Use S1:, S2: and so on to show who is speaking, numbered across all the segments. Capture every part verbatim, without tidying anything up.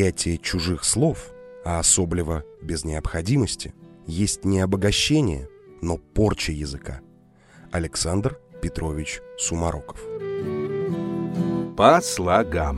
S1: Восприятие чужих слов, а особливо без необходимости, есть не обогащение, но порча языка. Александр Петрович Сумароков.
S2: По слогам.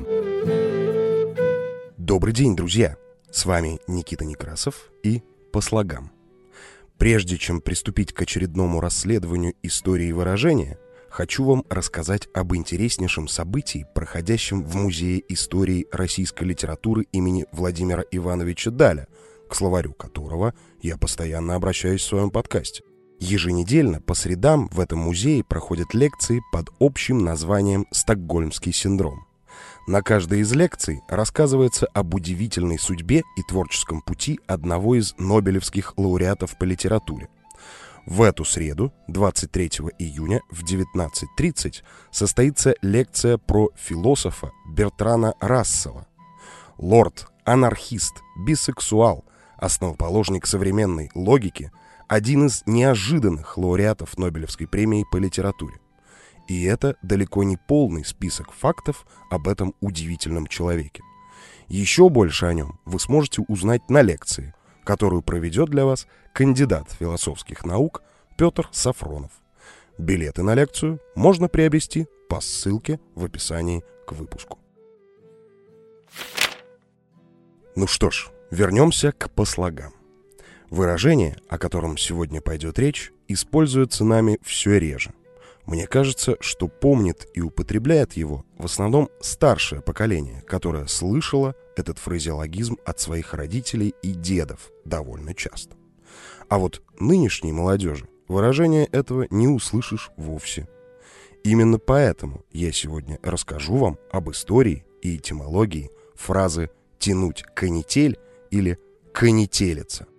S1: Добрый день, друзья! С вами Никита Некрасов и «По слогам». Прежде чем приступить к очередному расследованию истории выражения, хочу вам рассказать об интереснейшем событии, проходящем в Музее истории российской литературы имени Владимира Ивановича Даля, к словарю которого я постоянно обращаюсь в своем подкасте. Еженедельно по средам в этом музее проходят лекции под общим названием «Стокгольмский синдром». На каждой из лекций рассказывается об удивительной судьбе и творческом пути одного из нобелевских лауреатов по литературе. В эту среду, двадцать третьего июня в девятнадцать тридцать, состоится лекция про философа Бертрана Рассела. Лорд, анархист, бисексуал, основоположник современной логики, один из неожиданных лауреатов Нобелевской премии по литературе. И это далеко не полный список фактов об этом удивительном человеке. Еще больше о нем вы сможете узнать на лекции, которую проведет для вас кандидат философских наук Петр Сафронов. Билеты на лекцию можно приобрести по ссылке в описании к выпуску. Ну что ж, вернемся к «По слогам». Выражение, о котором сегодня пойдет речь, используется нами все реже. Мне кажется, что помнит и употребляет его в основном старшее поколение, которое слышало этот фразеологизм от своих родителей и дедов довольно часто. А вот нынешней молодежи выражения этого не услышишь вовсе. Именно поэтому я сегодня расскажу вам об истории и этимологии фразы «тянуть канитель» или «канителиться».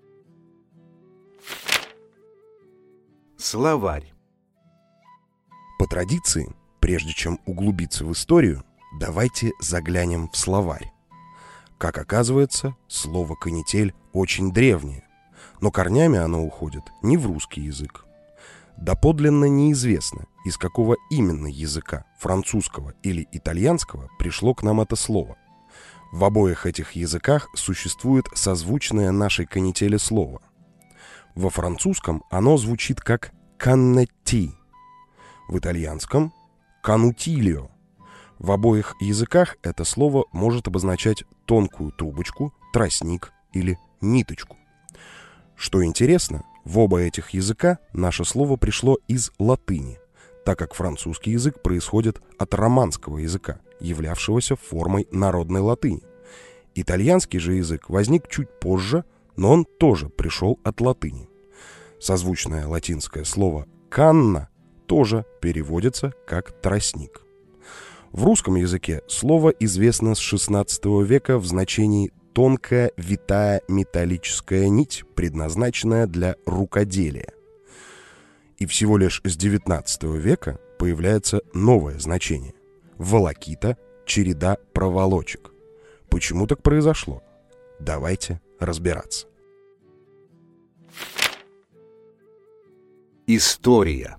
S2: Словарь.
S1: По традиции, прежде чем углубиться в историю, давайте заглянем в словарь. Как оказывается, слово «канитель» очень древнее, но корнями оно уходит не в русский язык. Доподлинно неизвестно, из какого именно языка, французского или итальянского, пришло к нам это слово. В обоих этих языках существует созвучное нашей канители слово. Во французском оно звучит как «каннетти», в итальянском «канутилио». В обоих языках это слово может обозначать тонкую трубочку, тростник или ниточку. Что интересно, в оба этих языка наше слово пришло из латыни, так как французский язык происходит от романского языка, являвшегося формой народной латыни. Итальянский же язык возник чуть позже, но он тоже пришел от латыни. Созвучное латинское слово «канна» тоже переводится как «тростник». В русском языке слово известно с шестнадцатого века в значении «тонкая витая металлическая нить, предназначенная для рукоделия». И всего лишь с девятнадцатого века появляется новое значение – волокита, череда проволочек. Почему так произошло? Давайте разбираться.
S2: История.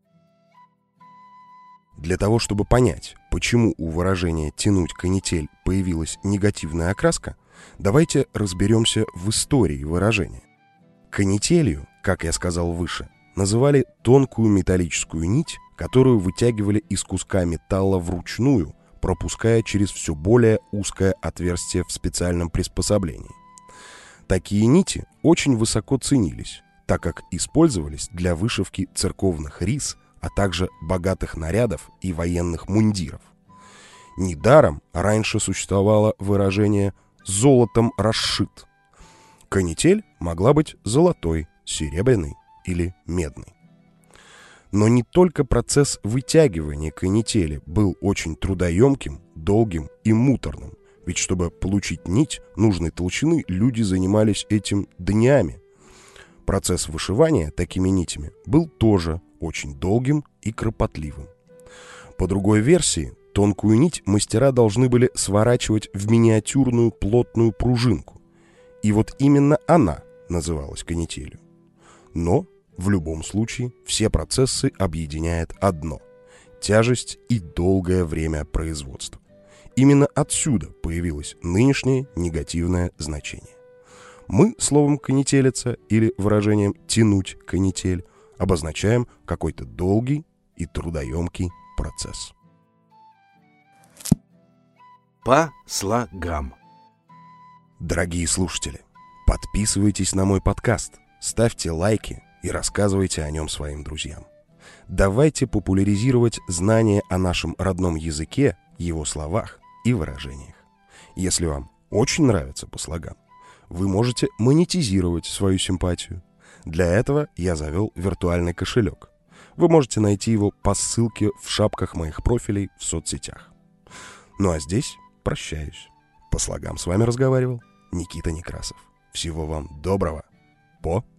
S1: Для того, чтобы понять, почему у выражения «тянуть канитель» появилась негативная окраска, давайте разберемся в истории выражения. Канителью, как я сказал выше, называли тонкую металлическую нить, которую вытягивали из куска металла вручную, пропуская через все более узкое отверстие в специальном приспособлении. Такие нити очень высоко ценились, так как использовались для вышивки церковных рис, а также богатых нарядов и военных мундиров. Недаром раньше существовало выражение «золотом расшит». Канитель могла быть золотой, серебряной или медной. Но не только процесс вытягивания канители был очень трудоемким, долгим и муторным, ведь чтобы получить нить нужной толщины, люди занимались этим днями. Процесс вышивания такими нитями был тоже очень долгим и кропотливым. По другой версии, тонкую нить мастера должны были сворачивать в миниатюрную плотную пружинку. И вот именно она называлась канителью. Но в любом случае все процессы объединяет одно – тяжесть и долгое время производства. Именно отсюда появилось нынешнее негативное значение. Мы словом «конетелиться» или выражением «тянуть канитель» обозначаем какой-то долгий и трудоемкий процесс.
S2: По слогам.
S1: Дорогие слушатели, подписывайтесь на мой подкаст, ставьте лайки и рассказывайте о нем своим друзьям. Давайте популяризировать знания о нашем родном языке, его словах и выражениях. Если вам очень нравится по слогам, вы можете монетизировать свою симпатию. Для этого я завел виртуальный кошелек. Вы можете найти его по ссылке в шапках моих профилей в соцсетях. Ну а здесь прощаюсь. По слогам с вами разговаривал Никита Некрасов. Всего вам доброго. По